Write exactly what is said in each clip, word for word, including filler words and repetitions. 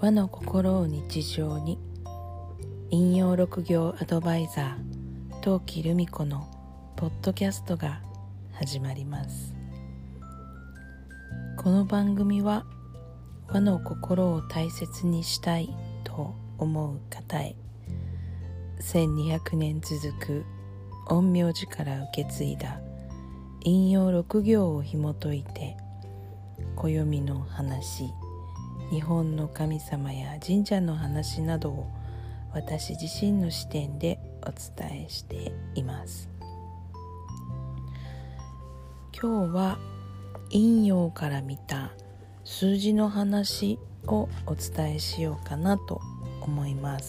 和の心を日常に、引用六行アドバイザー陶器留美子のポッドキャストが始まります。この番組は和の心を大切にしたいと思う方へ、せんにひゃくねん続く陰陽師から受け継いだ引用六行を紐解いて、暦の話、日本の神様や神社の話などを私自身の視点でお伝えしています。今日は陰陽から見た数字の話をお伝えしようかなと思います。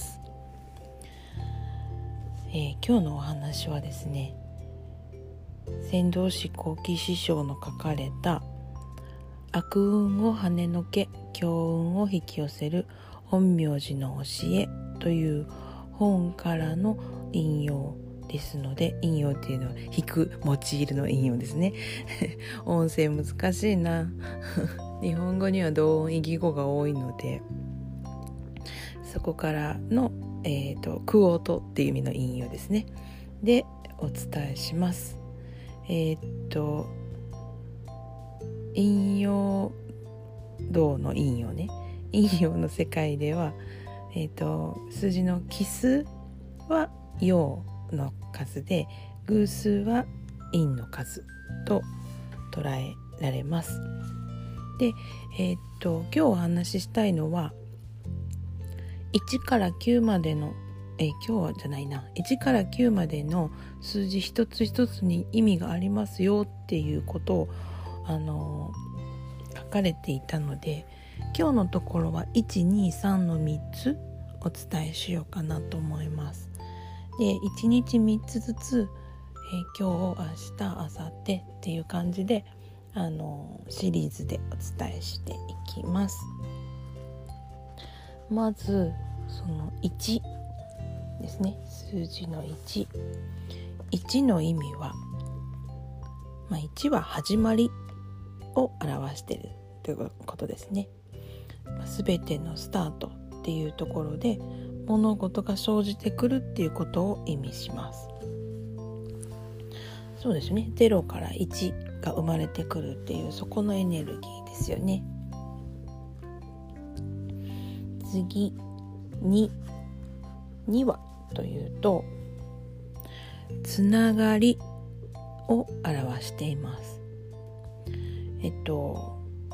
えー、今日のお話はですね、船頭師幸喜師匠の書かれた悪運を跳ねのけ強運を引き寄せる陰陽師の教えという本からの引用ですので、引用っていうのは引く用いるの引用ですね音声難しいな日本語には同音異義語が多いので、そこからの、えーと、クオートっていう意味の引用ですねでお伝えします。えっ、ー、と引用道の引用ね、引用の世界では、えーと、数字の奇数は陽の数で、偶数は陰の数と捉えられます。で、えーと、今日お話ししたいのはいちからきゅうまでのえ今日はじゃないないちからきゅうまでの数字一つ一つに意味がありますよっていうことをあの書かれていたので、今日のところはいち、に、さんのみっつお伝えしようかなと思います。で、いちにちみっつずつ、えー、今日、明日、明後日っていう感じであのシリーズでお伝えしていきます。まずそのいちですね、数字のいち。いちの意味は、まあ、いちは始まりを表しているということですね。すべてのスタートっていうところで物事が生じてくるっていうことを意味します。そうですね、ゼロからいちが生まれてくるっていう、そこのエネルギーですよね。次に、にはというとつながりを表しています。えっと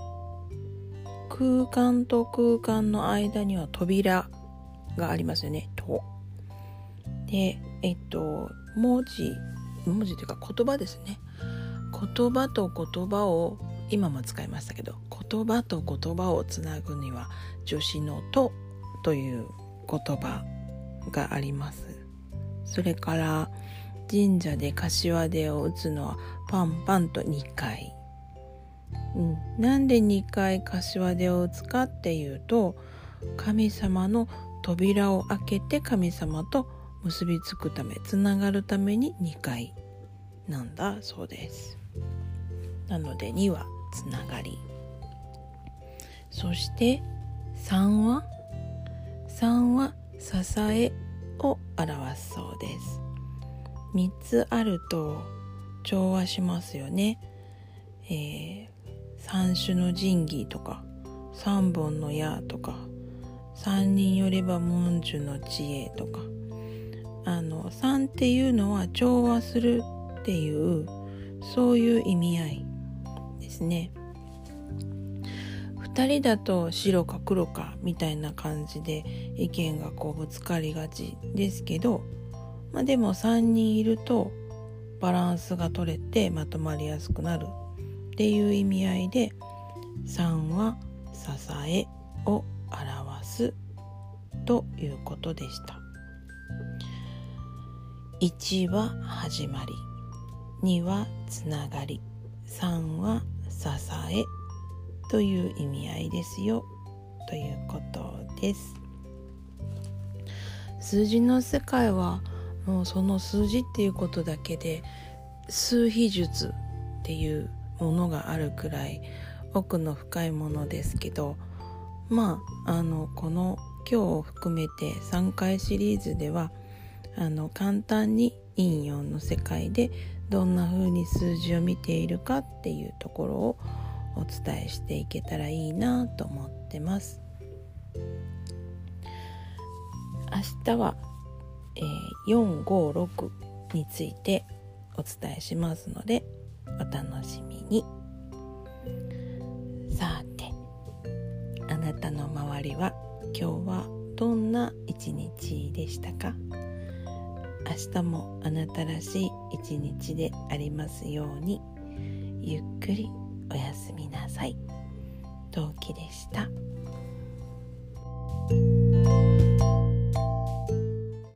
空間と空間の間には扉がありますよね。とで、えっと文字文字というか言葉ですね。言葉と言葉を今も使いましたけど、言葉と言葉をつなぐには助詞のとという言葉があります。それから神社で柏手を打つのはパンパンとにかい、うん、なんでにかい柏手を打つかっていうと、神様の扉を開けて神様と結びつくため、つながるためににかいなんだそうです。なのでにはつながり。そしてさんはさんは支えを表すそうです。みっつあると調和しますよね。えー、三種の神器とか三本の矢とか三人よれば文殊の知恵とか、あのさんっていうのは調和するっていう、そういう意味合いですね。ふたりだと白か黒かみたいな感じで意見がこうぶつかりがちですけど、まあ、でもさんにんいるとバランスが取れてまとまりやすくなるっていう意味合いで、さんは支えを表すということでした。いちは始まり、にはつながり、さんは支えという意味合いですよということです。数字の世界はもうその数字っていうことだけで数秘術っていうものがあるくらい奥の深いものですけど、 まああのこの今日を含めてさんかいシリーズではあの簡単に陰陽の世界でどんな風に数字を見ているかっていうところをお伝えしていけたらいいなと思ってます。明日は、えー、よんごろくについてお伝えしますのでお楽しみに。さて、あなたの周りは今日はどんな一日でしたか？明日もあなたらしい一日でありますように。ゆっくりおやすみなさい。陶器でした。